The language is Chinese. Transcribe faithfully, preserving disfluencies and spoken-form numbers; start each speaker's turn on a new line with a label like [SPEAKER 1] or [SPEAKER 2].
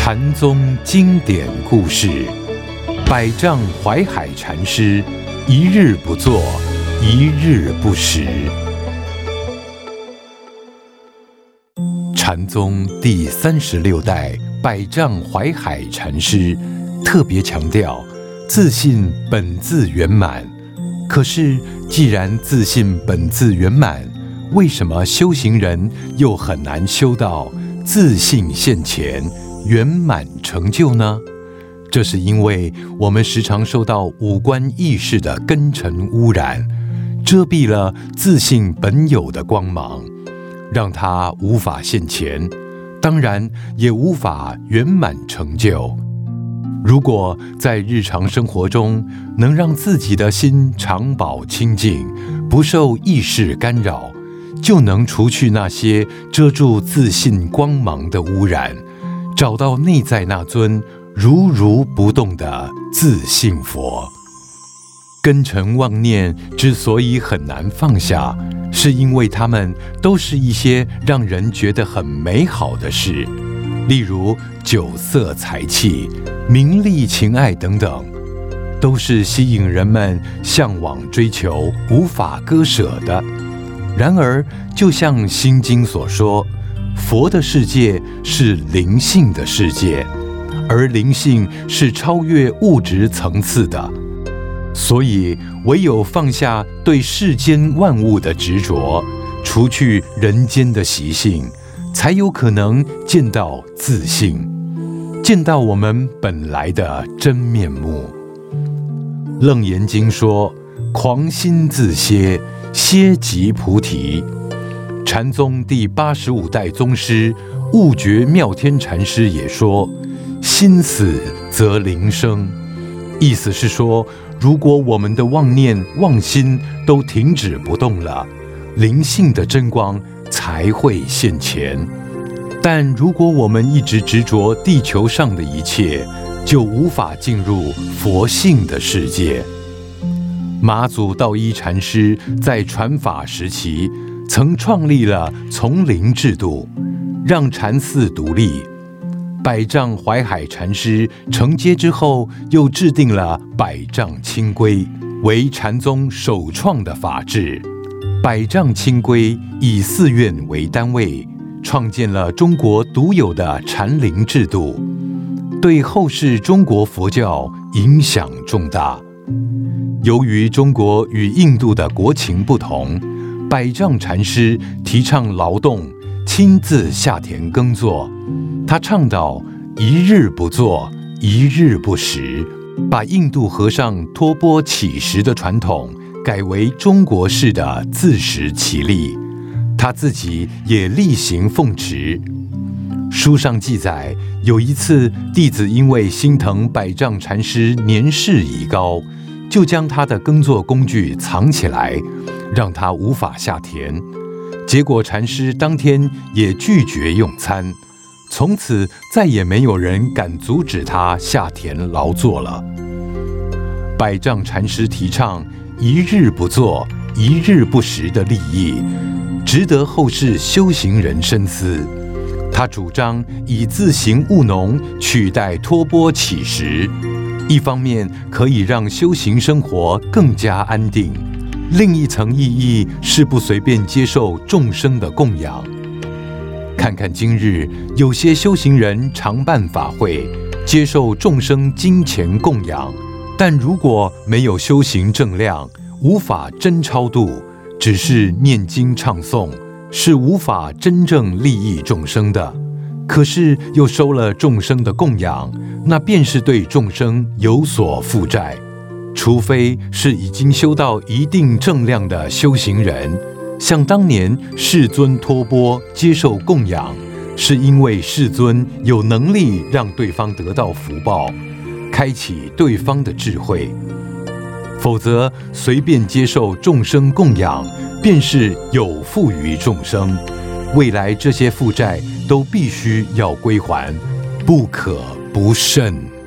[SPEAKER 1] 禅宗经典故事，百丈怀海禅师一日不作，一日不食。禅宗第三十六代百丈怀海禅师特别强调自信本自圆满。可是既然自信本自圆满，为什么修行人又很难修到自信现前，圆满成就呢？这是因为我们时常受到五官意识的根尘污染，遮蔽了自信本有的光芒，让它无法现前，当然也无法圆满成就。如果在日常生活中能让自己的心常保清净，不受意识干扰，就能除去那些遮住自信光芒的污染，找到内在那尊如如不动的自信佛。根尘妄念之所以很难放下，是因为它们都是一些让人觉得很美好的事，例如酒色财气、名利情爱等等，都是吸引人们向往追求、无法割舍的。然而，就像《心经》所说，佛的世界是灵性的世界，而灵性是超越物质层次的。所以，唯有放下对世间万物的执着，除去人间的习性，才有可能见到自信，见到我们本来的真面目。《楞严经》说：“狂心自歇，歇即菩提。”禅宗第八十五代宗师悟觉妙天禅师也说：“心死则灵生。”意思是说，如果我们的妄念、妄心都停止不动了，灵性的真光才会现前。但如果我们一直执着地球上的一切，就无法进入佛性的世界。马祖道一禅师在传法时期曾创立了丛林制度，让禅寺独立。百丈怀海禅师承接之后，又制定了百丈清规，为禅宗首创的法制。百丈清规以寺院为单位，创建了中国独有的禅林制度，对后世中国佛教影响重大。由于中国与印度的国情不同，百丈禅师提倡劳动，亲自下田耕作。他倡导一日不作，一日不食，把印度和尚托钵乞食的传统改为中国式的自食其力。他自己也例行奉持。书上记载，有一次弟子因为心疼百丈禅师年事已高，就将他的耕作工具藏起来，让他无法下田。结果禅师当天也拒绝用餐，从此再也没有人敢阻止他下田劳作了。百丈禅师提倡一日不作，一日不食的立意，值得后世修行人深思。他主张以自行务农取代托钵乞食，一方面可以让修行生活更加安定，另一层意义是不随便接受众生的供养。看看今日有些修行人常办法会，接受众生金钱供养，但如果没有修行正量，无法真超度，只是念经唱诵，是无法真正利益众生的。可是又收了众生的供养，那便是对众生有所负债。除非是已经修到一定正量的修行人，像当年世尊托钵接受供养，是因为世尊有能力让对方得到福报，开启对方的智慧。否则随便接受众生供养，便是有负于众生，未来这些负债都必须要归还，不可不慎。